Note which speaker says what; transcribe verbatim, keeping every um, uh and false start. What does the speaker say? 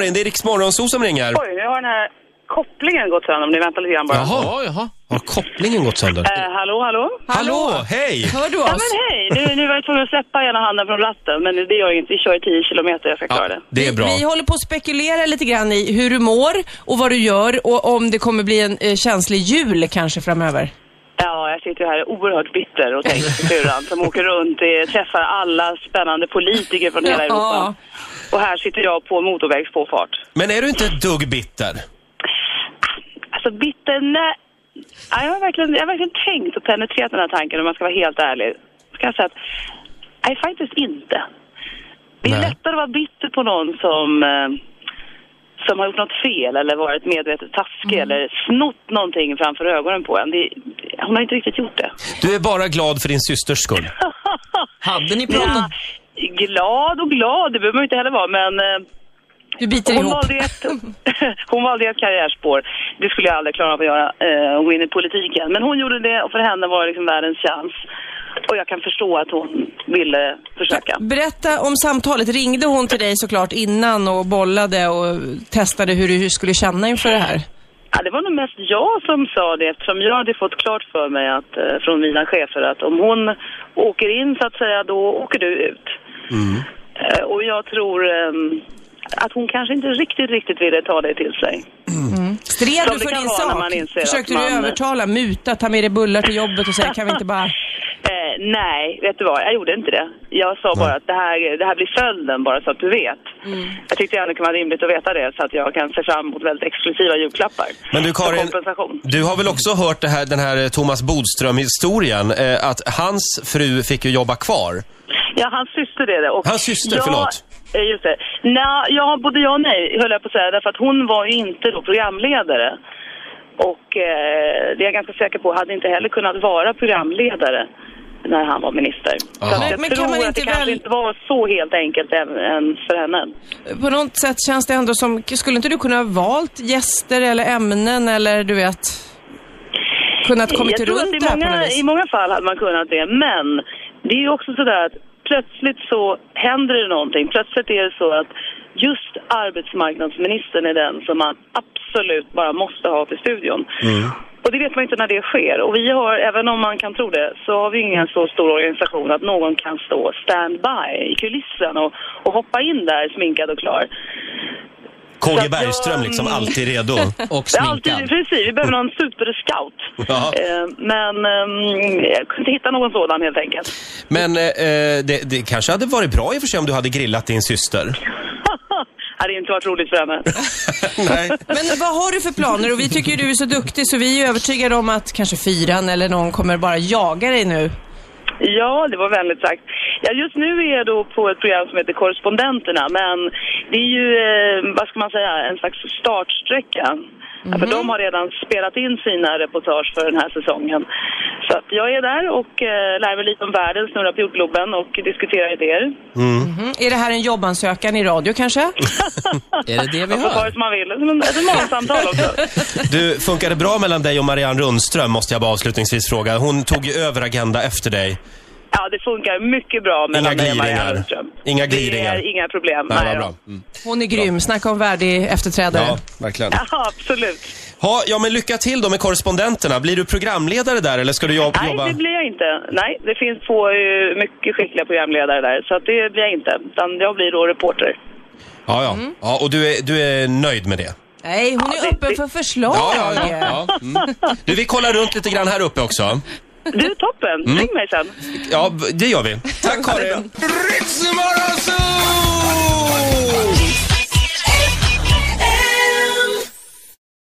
Speaker 1: Karin, det är Rix Morgonzoo som ringer.
Speaker 2: Oj, nu har den här kopplingen gått sönder, om ni väntar lite grann bara.
Speaker 1: Jaha, jaha. Har kopplingen gått sönder?
Speaker 2: Eh, hallå, hallå?
Speaker 1: Hallå, hej!
Speaker 3: Hör du oss?
Speaker 2: Ja, men hej, nu, nu var jag tvungen att släppa ena handen från ratten, men det gör inte, vi kör tio kilometer, jag ska klara
Speaker 1: Ja,
Speaker 2: det.
Speaker 1: det är bra.
Speaker 3: Vi, vi håller på att spekulera lite grann i hur du mår och vad du gör och om det kommer bli en eh, känslig jul kanske framöver.
Speaker 2: Ja, jag sitter här oerhört bitter och tänker på turan som åker runt och träffar alla spännande politiker från hela Europa.
Speaker 3: Ja.
Speaker 2: Och här sitter jag på motorvägspåfart.
Speaker 1: Men är du inte ett dugg bitter?
Speaker 2: Alltså bitter, nej. Ja, jag, har verkligen, jag har verkligen tänkt och penetrerat den här tanken, om man ska vara helt ärlig. Ska jag säga att, nej, faktiskt inte. Det är
Speaker 1: Nej.
Speaker 2: lättare att vara bitter på någon som, eh, som har gjort något fel eller varit medvetet taskig eller snott någonting framför ögonen på en. Det, hon har inte riktigt gjort det.
Speaker 1: Du är bara glad för din systers skull.
Speaker 4: Hade ni pratat?
Speaker 2: Ja, glad och glad, det behöver man inte heller vara, men... Eh,
Speaker 3: Du biter
Speaker 2: hon
Speaker 3: ihop.
Speaker 2: valde, ett, hon valde ett karriärspår. Det skulle jag aldrig klara av att göra, eh, och gå in i politiken. Men hon gjorde det och för henne var det liksom världens chans. Och jag kan förstå att hon ville försöka.
Speaker 3: Berätta om samtalet. Ringde hon till dig såklart innan och bollade och testade hur du skulle känna inför det här?
Speaker 2: Ja, det var nog mest jag som sa det, eftersom jag hade fått klart för mig att, eh, från mina chefer att om hon åker in så att säga, då åker du ut.
Speaker 1: Mm.
Speaker 2: Eh, och jag tror... Eh, att hon kanske inte riktigt, riktigt ville ta det till sig.
Speaker 3: Mm. Stred
Speaker 2: Som
Speaker 3: du
Speaker 2: det
Speaker 3: för
Speaker 2: kan
Speaker 3: din
Speaker 2: vara när man
Speaker 3: sak?
Speaker 2: inser
Speaker 3: Försökte
Speaker 2: att
Speaker 3: du
Speaker 2: man-
Speaker 3: övertala, muta, ta med dig bullar till jobbet och säga kan vi inte bara...
Speaker 2: Eh, nej, vet du vad? Jag gjorde inte det. Jag sa bara att det här, det här blir följden, bara så att du vet.
Speaker 3: Mm.
Speaker 2: Jag tyckte ändå det kan vara rimligt att veta det, så att jag kan se fram emot väldigt exklusiva julklappar.
Speaker 1: Men du
Speaker 2: Som
Speaker 1: Karin,
Speaker 2: kompensation.
Speaker 1: du har väl också hört det här, den här Thomas Bodström-historien, eh, att hans fru fick ju jobba kvar.
Speaker 2: Ja, hans syster är det. Och
Speaker 1: Hans syster,
Speaker 2: jag,
Speaker 1: förlåt.
Speaker 2: eh, Just det. Nej, ja, både ja och nej, höll jag på att säga. Därför att hon var ju inte då programledare. Och eh, det är jag ganska säker på hade inte heller kunnat vara programledare när han var minister. Så
Speaker 1: Aha.
Speaker 2: att jag
Speaker 3: Men kan
Speaker 2: tror
Speaker 3: man
Speaker 2: att
Speaker 3: inte
Speaker 2: det kanske
Speaker 3: väl-
Speaker 2: inte var så helt enkelt även för henne.
Speaker 3: På något sätt känns det ändå som... Skulle inte du kunna ha valt gäster eller ämnen eller du vet... Kunnat kommit
Speaker 2: Jag tror
Speaker 3: runt
Speaker 2: att
Speaker 3: det
Speaker 2: i
Speaker 3: här på något
Speaker 2: många,
Speaker 3: vis?
Speaker 2: i många fall hade man kunnat det. Men det är ju också sådär att plötsligt så händer det någonting. Plötsligt är det så att just arbetsmarknadsministern är den som man absolut bara måste ha till studion.
Speaker 1: Mm.
Speaker 2: Och det vet man inte när det sker. Och vi har, även om man kan tro det, så har vi ingen så stor organisation att någon kan stå stand-by i kulissen och, och hoppa in där sminkad och klar.
Speaker 1: K G
Speaker 2: Så att
Speaker 1: Bergström
Speaker 2: jag-
Speaker 1: liksom, alltid redo.
Speaker 4: Och
Speaker 2: Det är alltid,
Speaker 4: sminkad.
Speaker 2: precis, vi behöver någon superscout.
Speaker 1: Ja.
Speaker 2: Eh, men eh, jag kunde inte hitta någon sådan helt enkelt.
Speaker 1: Men eh, det, det kanske hade varit bra i och för sig om du hade grillat din syster.
Speaker 2: Det hade inte varit roligt för henne.
Speaker 1: Nej.
Speaker 3: Men vad har du för planer? Och vi tycker ju du är så duktig så vi är övertygade om att kanske fyran eller någon kommer bara jaga dig nu.
Speaker 2: Ja, det var vänligt sagt. Ja, just nu är jag då på ett program som heter Korrespondenterna, men det är ju, eh, vad ska man säga, en slags startsträcka. Ja, för de har redan spelat in sina reportage för den här säsongen. Så att jag är där och eh, lär mig lite om världen, snurrar på jordgloben och diskuterar idéer.
Speaker 3: Mm. Är det här en jobbansökan i radio kanske?
Speaker 4: Är det det vi
Speaker 2: Man får ta det
Speaker 4: hör?
Speaker 2: som man vill. Som en- Ett morgonsamtal också.
Speaker 1: Du, funkar det bra mellan dig och Marianne Rundström, måste jag bara avslutningsvis fråga. Hon tog ju över Agenda efter dig.
Speaker 2: Ja, det funkar mycket bra mellan
Speaker 1: Inga
Speaker 2: mig och Marianne
Speaker 1: gliringar.
Speaker 2: Rundström.
Speaker 1: Inga gliringar.
Speaker 2: Det är inga problem.
Speaker 1: Nej, vad
Speaker 2: då.
Speaker 1: bra. Mm.
Speaker 3: Hon är grym. Snacka om värdig efterträdare.
Speaker 1: Ja, verkligen.
Speaker 2: Ja, absolut.
Speaker 1: Ha, ja, men lycka till då med Korrespondenterna. Blir du programledare där eller ska du jobb-
Speaker 2: Nej,
Speaker 1: jobba?
Speaker 2: det blir jag inte. Nej, det finns två eh, mycket skickliga programledare där. Så att det blir jag inte. Utan jag blir då reporter.
Speaker 1: Ja, ja. ja och du är, du är nöjd med det?
Speaker 3: Nej, hon
Speaker 2: Ja,
Speaker 3: är
Speaker 2: det-
Speaker 3: öppen
Speaker 2: det-
Speaker 3: för förslag.
Speaker 1: Ja, ja, ja. ja. Mm. Du, vi kollar runt lite grann här uppe också.
Speaker 2: Du, toppen. Ring mig sen.
Speaker 1: Ja, det gör vi. Tack Karin.
Speaker 5: Ritz